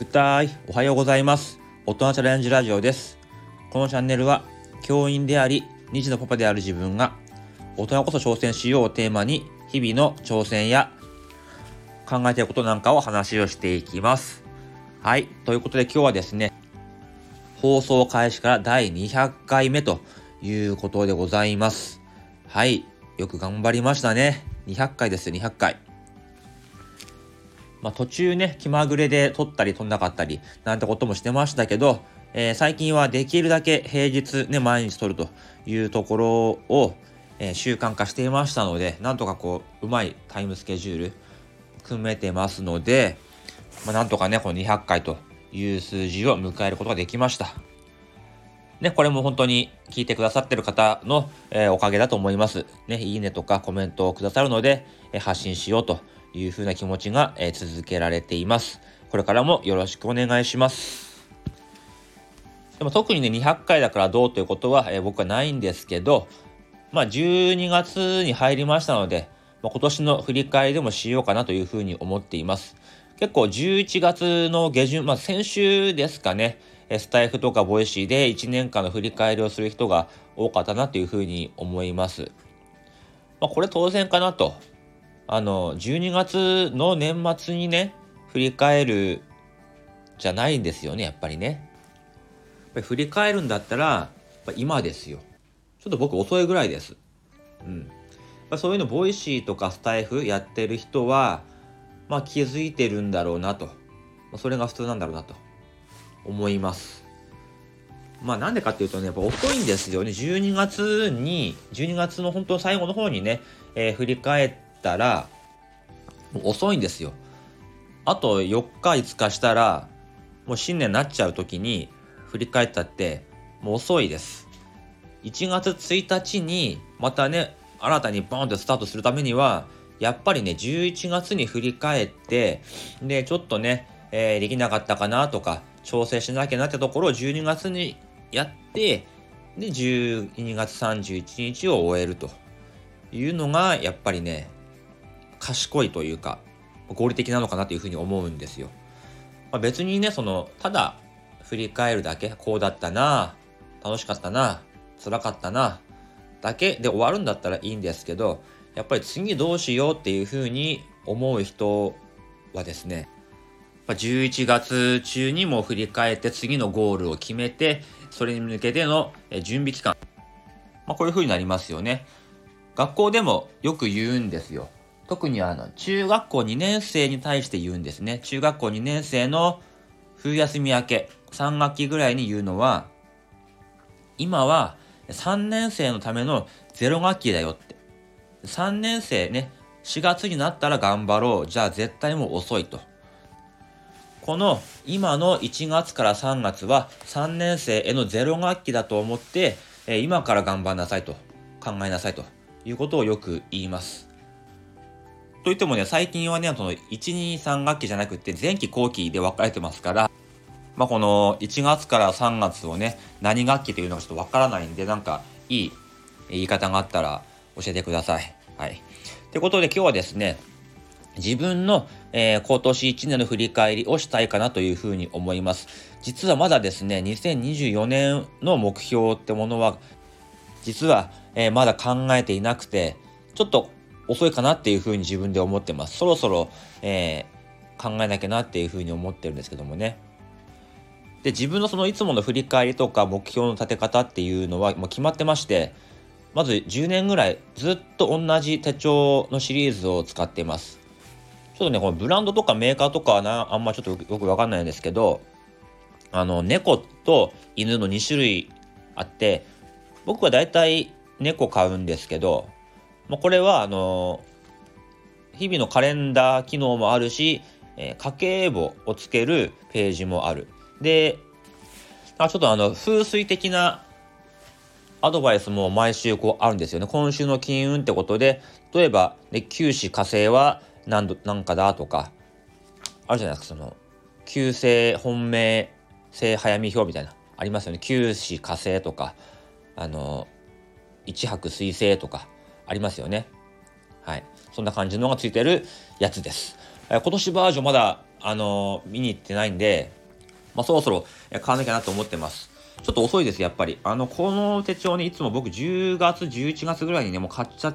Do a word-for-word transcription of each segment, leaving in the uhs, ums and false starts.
グッタイおはようございます。大人チャレンジラジオです。このチャンネルは教員でありに児のパパである自分が大人こそ挑戦しようをテーマに日々の挑戦や考えていることなんかを話をしていきます。はい、ということで今日はですね、放送開始からだいにひゃっかいめということでございます。はい、よく頑張りましたね。にひゃっかいですよ、にひゃっかい。まあ、途中ね気まぐれで撮ったり撮んなかったりなんてこともしてましたけど、えー、最近はできるだけ平日ね毎日撮るというところを、えー、習慣化していましたので、なんとかこううまいタイムスケジュール組めてますので、まあ、なんとかねこのにひゃっかいという数字を迎えることができましたね。これも本当に聞いてくださってる方の、えー、おかげだと思いますね。いいねとかコメントをくださるので、えー、発信しようという風な気持ちが、えー、続けられています。これからもよろしくお願いします。でも特にねにひゃっかいだからどうということは、えー、僕はないんですけど、まあじゅうにがつに入りましたので、まあ、今年の振り返りでもしようかなという風に思っています。結構じゅういちがつの下旬、まあ先週ですかね、スタイフとかボイシーでいちねんかんの振り返りをする人が多かったなという風に思います。まあこれ当然かなと。あのじゅうにがつの年末にね振り返るじゃないんですよね。やっぱりねやっぱり振り返るんだったらやっぱ今ですよ。ちょっと僕遅いぐらいです。うん。まあ、そういうのボイシーとかスタイフやってる人はまあ気づいてるんだろうなと、まあ、それが普通なんだろうなと思います。まあなんでかっていうとねやっぱ遅いんですよね。じゅうにがつにじゅうにがつの本当最後の方にね、えー、振り返ったらもう遅いんですよ。あとよっかいつかしたらもう新年になっちゃう時に振り返ったってもう遅いです。いちがつついたちにまたね新たにボーンとスタートするためにはやっぱりねじゅういちがつに振り返ってでちょっとね、えー、できなかったかなとか調整しなきゃなってところをじゅうにがつにやってでじゅうにがつさんじゅういちにちを終えるというのがやっぱりね賢いというか合理的なのかなというふうに思うんですよ。まあ、別にねそのただ振り返るだけこうだったな楽しかったな辛かったなだけで終わるんだったらいいんですけど、やっぱり次どうしようっていうふうに思う人はですねじゅういちがつ中にも振り返って次のゴールを決めてそれに向けての準備期間、まあ、こういうふうになりますよね。学校でもよく言うんですよ。特にあの中学校にねん生に対して言うんですね。中学校にねん生の冬休み明けさんがっきぐらいに言うのは、今はさんねん生のためのゼロ学期だよって。さんねん生ねしがつになったら頑張ろう、じゃあ絶対もう遅いと。この今のいちがつからさんがつはさんねん生へのゼロ学期だと思って今から頑張んなさいと考えなさいということをよく言います。といってもね最近はねそのいち、に、さん学期じゃなくて前期後期で分かれてますから、まあ、このいちがつからさんがつをね何学期というのがちょっと分からないんで、なんかいい言い方があったら教えてください。はい。ということで今日はですね自分の、えー、今年いちねんの振り返りをしたいかなというふうに思います。実はまだですねにせんにじゅうよねんの目標ってものは実は、えー、まだ考えていなくてちょっと遅いかなっていうふうに自分で思ってます。そろそろ、えー、考えなきゃなっていうふうに思ってるんですけどもね。で自分のそのいつもの振り返りとか目標の立て方っていうのはもう決まってまして、まずじゅうねんぐらいずっと同じ手帳のシリーズを使っています。ちょっとねこのブランドとかメーカーとかはなあんまちょっとよくわかんないんですけど、あの猫と犬のにしゅるいあって、僕はだいたい猫買うんですけど、まあ、これはあの日々のカレンダー機能もあるし、えー、家計簿をつけるページもある。でちょっとあの風水的なアドバイスも毎週こうあるんですよね。今週の金運ってことで、例えば、ね、九死火星は何度何かだとかあるじゃないですか。その九星本命星早見表みたいなありますよね。九死火星とかあの一白水星とかありますよね。はい、そんな感じのがついてるやつです。えー、今年バージョンまだあの見に行ってないんで、まあ、そろそろ買わなきゃなと思ってます。ちょっと遅いですやっぱり。あのこの手帳ね、いつも僕じゅうがつじゅういちがつぐらいにねもう買っちゃって、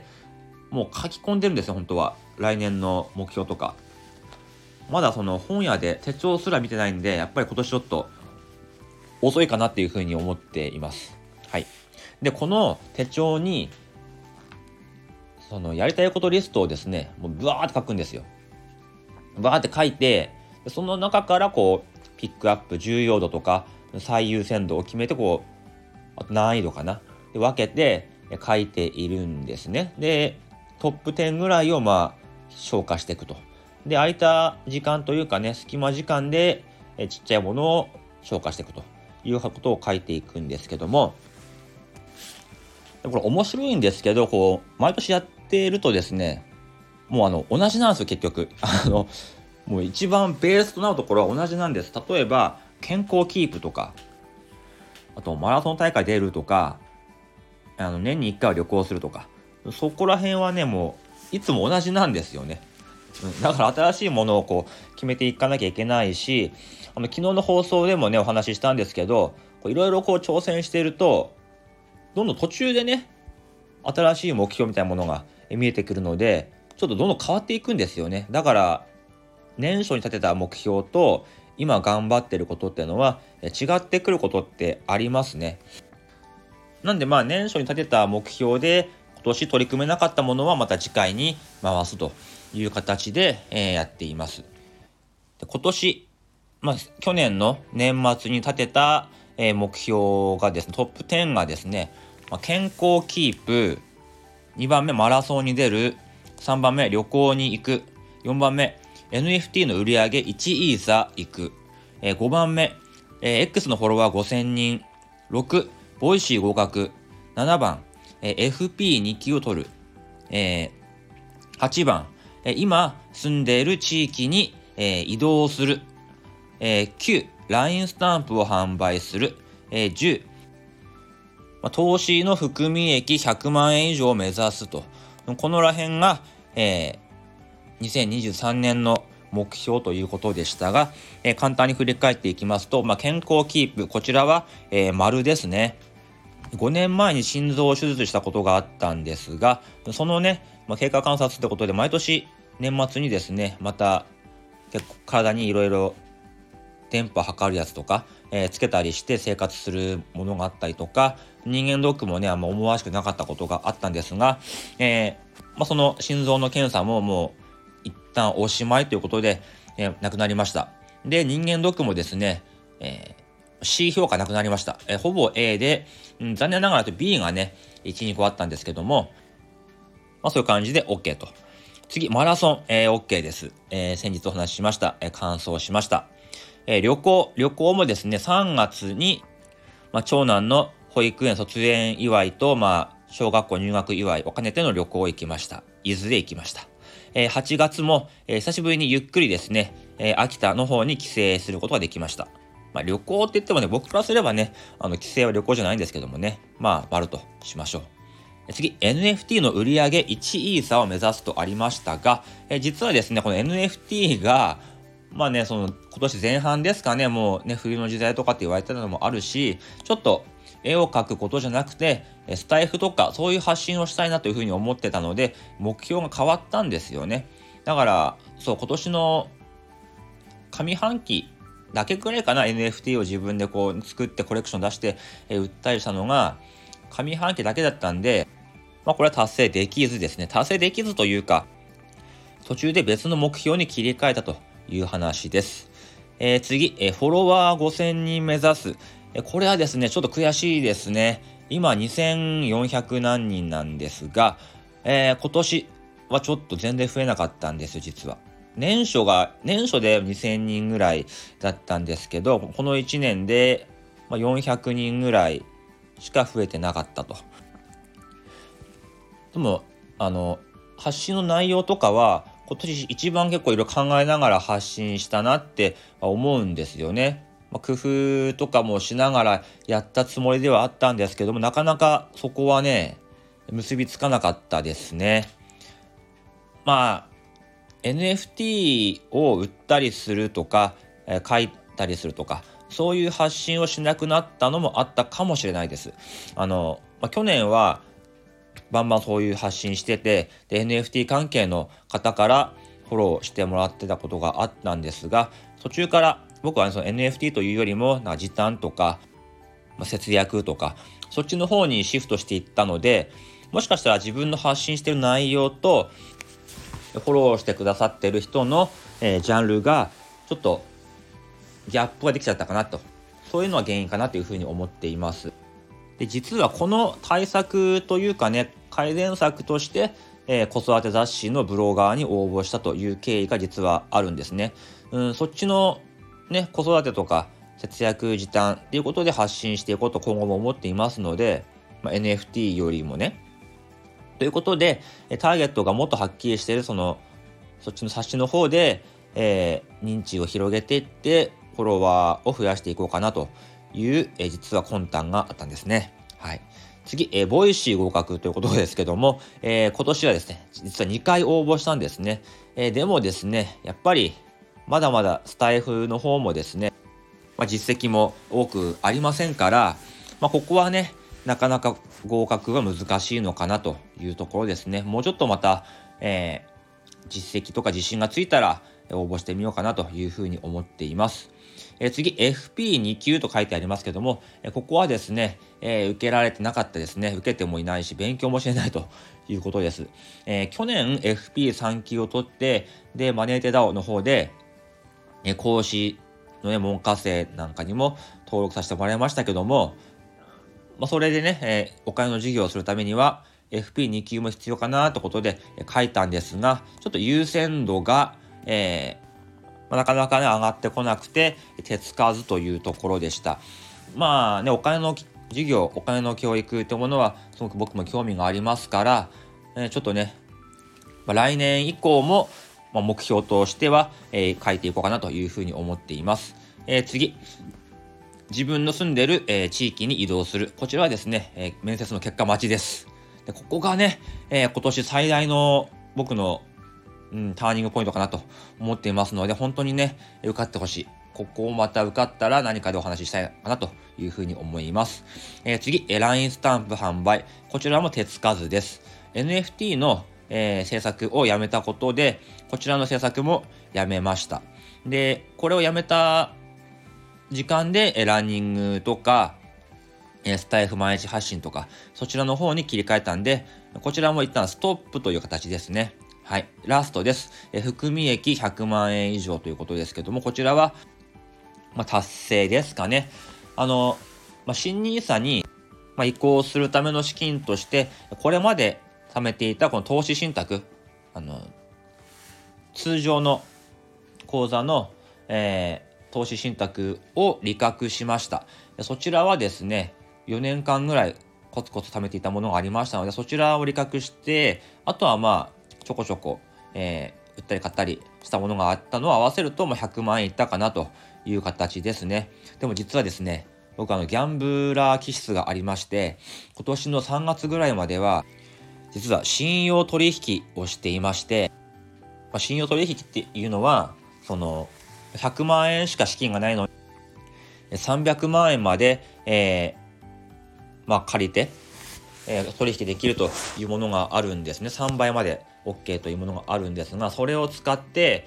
もう書き込んでるんですよ本当は。来年の目標とか。まだその本屋で手帳すら見てないんで、やっぱり今年ちょっと遅いかなっていうふうに思っています。はい。でこの手帳にそのやりたいことリストをですね、もうブワーって書くんですよ。ブワーって書いて、その中からこうピックアップ、重要度とか最優先度を決めて、こうあと難易度かなで分けて書いているんですね。でトップじゅうぐらいをまあ消化していくと。で空いた時間というかね、隙間時間でえちっちゃいものを消化していくということを書いていくんですけども、これ面白いんですけど、こう毎年やっているとですね、もうあの同じなんですよ結局。あのもう一番ベースとなるところは同じなんです。例えば健康キープとか、あとマラソン大会出るとか、あの年にいっかいは旅行するとか、そこら辺はねもういつも同じなんですよね。うん、だから新しいものをこう決めていかなきゃいけないし、あの昨日の放送でもねお話ししたんですけど、いろいろこう挑戦しているとどんどん途中でね新しい目標みたいなものが見えてくるので、ちょっとどんどん変わっていくんですよね。だから年初に立てた目標と今頑張ってることっていうのは違ってくることってありますね。なんでまあ年初に立てた目標で今年取り組めなかったものはまた次回に回すという形で、えー、やっています。で今年、まあ、去年の年末に立てた、えー、目標がですね、トップじゅうがですね、まあ、健康キープ、にばんめマラソンに出る、さんばんめ旅行に行く、よんばんめ エヌエフティー の売上いちイーサ行く、えー、ごばんめ、えー、X のフォロワーごせんにん、ろくボイシー合格、ななばん、えー、エフピーに 級を取る、えー、はちばん、えー、今住んでいる地域に、えー、移動する、えー、きゅう ライン スタンプを販売する、えー、じゅう、まあ、投資の含み益ひゃくまんえん以上を目指すと。このら辺が、えー、にせんにじゅうさんねんの目標ということでしたが、えー、簡単に振り返っていきますと、まあ、健康キープ、こちらは、えー、丸ですね。ごねんまえに心臓手術したことがあったんですが、そのね、まあ、経過観察ってことで毎年年末にですね、また結構体にいろいろ電波測るやつとか、えー、つけたりして生活するものがあったりとか、人間ドックもねあんま思わしくなかったことがあったんですが、えーまあ、その心臓の検査ももう一旦おしまいということで、えー、なくなりました。で人間ドックもですね、えー、C 評価なくなりました。えー、ほぼ A で、うん、残念ながらと B がねいち、にこあったんですけども、まあ、そういう感じで OK と。次マラソン、えー、OK です。えー、先日お話ししました。えー、完走しました。えー、旅行旅行もですねさんがつに、まあ、長男の保育園卒園祝いと、まあ、小学校入学祝いを兼ねての旅行行きました。伊豆で行きました。えー、はちがつも、えー、久しぶりにゆっくりですね、えー、秋田の方に帰省することができました。まあ、旅行って言ってもね、僕からすればね、あの帰省は旅行じゃないんですけどもね、まあ丸としましょう。次 エヌエフティー の売上いちイーサを目指すとありましたが、えー、実はですねこの エヌエフティー がまあねその今年前半ですかね、もうね冬の時代とかって言われてたのもあるし、ちょっと絵を描くことじゃなくてスタイフとかそういう発信をしたいなというふうに思ってたので目標が変わったんですよね。だからそう今年の上半期だけくらいかな エヌエフティー を自分でこう作ってコレクション出してえ売ったりしたのが上半期だけだったんで、まあこれは達成できずですね。達成できずというか途中で別の目標に切り替えたという話です。えー、次、えー、フォロワーごせんにん目指す。えー、これはですねちょっと悔しいですね。今にせんよんひゃくなんにんなんですが、えー、今年はちょっと全然増えなかったんですよ実は。年初が年初でにせんにんぐらいだったんですけど、このいちねんでよんひゃくにんぐらいしか増えてなかったと。でもあの発信の内容とかは今年一番結構いろいろ考えながら発信したなって思うんですよね。まあ、工夫とかもしながらやったつもりではあったんですけども、なかなかそこはね結びつかなかったですね。まあエヌエフティー を売ったりするとか、えー、書いたりするとか、そういう発信をしなくなったのもあったかもしれないです。あの、まあ、去年はバンバンそういう発信してて、で エヌエフティー 関係の方からフォローしてもらってたことがあったんですが、途中から僕は、ね、その エヌエフティー というよりもなんか時短とか、まあ、節約とかそっちの方にシフトしていったので、もしかしたら自分の発信している内容とフォローしてくださってる人の、えー、ジャンルがちょっとギャップができちゃったかなと、そういうのは原因かなというふうに思っています。で、実はこの対策というかね、改善策として、えー、子育て雑誌のブロガーに応募したという経緯が実はあるんですね。うん、そっちのね、子育てとか節約時短っていうことで発信していこうと今後も思っていますので、まあ、エヌエフティー よりもね、ということでターゲットがもっとはっきりしているそのそっちの冊子の方で、えー、認知を広げていってフォロワーを増やしていこうかなという、えー、実は魂胆があったんですね。はい。次、えー、ボイシー合格ということですけども、えー、今年はですね、実はにかい応募したんですね。えー、でもですね、やっぱりまだまだスタイフの方もですね、まあ、実績も多くありませんから、まあ、ここはね、なかなか合格が難しいのかなというところですね。もうちょっとまた、えー、実績とか自信がついたら応募してみようかなというふうに思っています。えー、次 エフピーに 級と書いてありますけども、えー、ここはですね、えー、受けられてなかったですね。受けてもいないし勉強もしてないということです。えー、去年 エフピーさん 級を取ってでマネーテダオの方で、えー、講師のね門下生なんかにも登録させてもらいましたけども、まあ、それでね、えー、お金の授業をするためには エフピーに 級も必要かなということで書いたんですが、ちょっと優先度が、えーまあ、なかなかね上がってこなくて手つかずというところでした。まあね、お金の授業、お金の教育というものはすごく僕も興味がありますから、えー、ちょっとね、まあ、来年以降も、まあ、目標としては、えー、書いていこうかなというふうに思っています。えー、次。自分の住んでいる、えー、地域に移動する。こちらはですね、えー、面接の結果待ちです。で、ここがね、えー、今年最大の僕の、うん、ターニングポイントかなと思っていますので、本当にね、受かってほしい。ここをまた受かったら何かでお話ししたいかなというふうに思います。えー、次、えー、ライン スタンプ販売。こちらも手つかずです。エヌエフティー の、えー、制作をやめたことで、こちらの制作もやめました。で、これをやめた時間でランニングとかスタイフ毎日発信とかそちらの方に切り替えたんで、こちらも一旦ストップという形ですね。はい、ラストです。え含み益ひゃくまんえん以上ということですけども、こちらは、まあ、達成ですかね。あの、まあ、新ニーサに、まあ、移行するための資金としてこれまで貯めていたこの投資信託、あの通常の口座の、えー投資信託を利確しました。そちらはですね、よねんかんぐらいコツコツ貯めていたものがありましたので、そちらを利確して、あとはまあちょこちょこ、えー、売ったり買ったりしたものがあったのを合わせると、まあ、ひゃくまんえんいったかなという形ですね。でも実はですね、僕あのギャンブラー気質がありまして、今年のさんがつぐらいまでは実は信用取引をしていまして、まあ、信用取引っていうのはそのひゃくまんえんしか資金がないのにさんびゃくまんえんまで、えーまあ、借りて、えー、取引できるというものがあるんですね。さんばいまで OK というものがあるんですが、それを使って、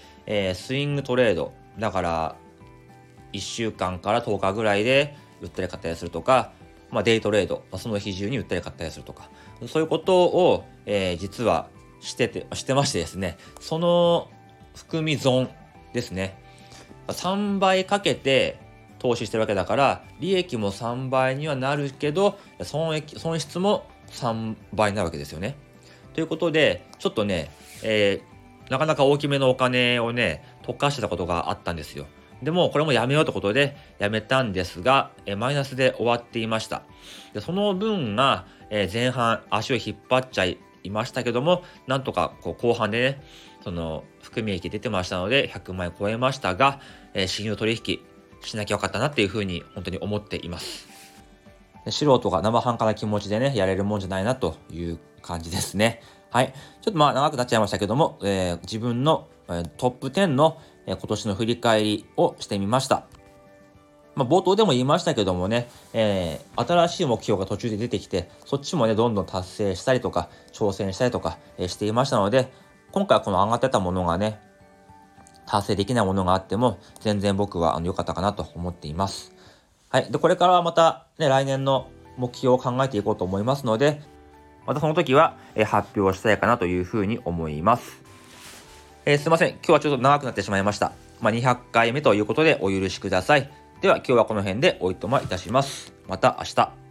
えー、スイングトレードだからいっしゅうかんからとおかぐらいで売ったり買ったりするとか、まあ、デイトレード、まあ、その日中に売ったり買ったりするとか、そういうことを、えー、実はしててしてましてですね、その含み損ですね、さんばいかけて投資してるわけだから利益もさんばいにはなるけど損益損失もさんばいになるわけですよね。ということでちょっとね、えー、なかなか大きめのお金をね溶かしてたことがあったんですよ。でもこれもやめようということでやめたんですが、えー、マイナスで終わっていました。でその分が、えー、前半足を引っ張っちゃいましたけども、なんとかこう後半でねその含み益出てましたのでひゃくまんえん超えましたが、えー、信用取引しなきゃよかったなっていうふうに本当に思っています。素人が生半可な気持ちでねやれるもんじゃないなという感じですね。 はい。ちょっとまあ長くなっちゃいましたけども、えー自分の、えートップじゅうの、えー今年の振り返りをしてみました。まあ、冒頭でも言いましたけどもね、えー新しい目標が途中で出てきて、そっちもね、どんどん達成したりとか、挑戦したりとか、えーしていましたので、今回この上がってたものがね、達成できないものがあっても、全然僕はあの良かったかなと思っています。はい。で、これからはまたね、来年の目標を考えていこうと思いますので、またその時は、えー発表したいかなというふうに思います。えーすいません。今日はちょっと長くなってしまいました。まあ、にひゃっかいめということでお許しください。では今日はこの辺でおいとまいたします。また明日。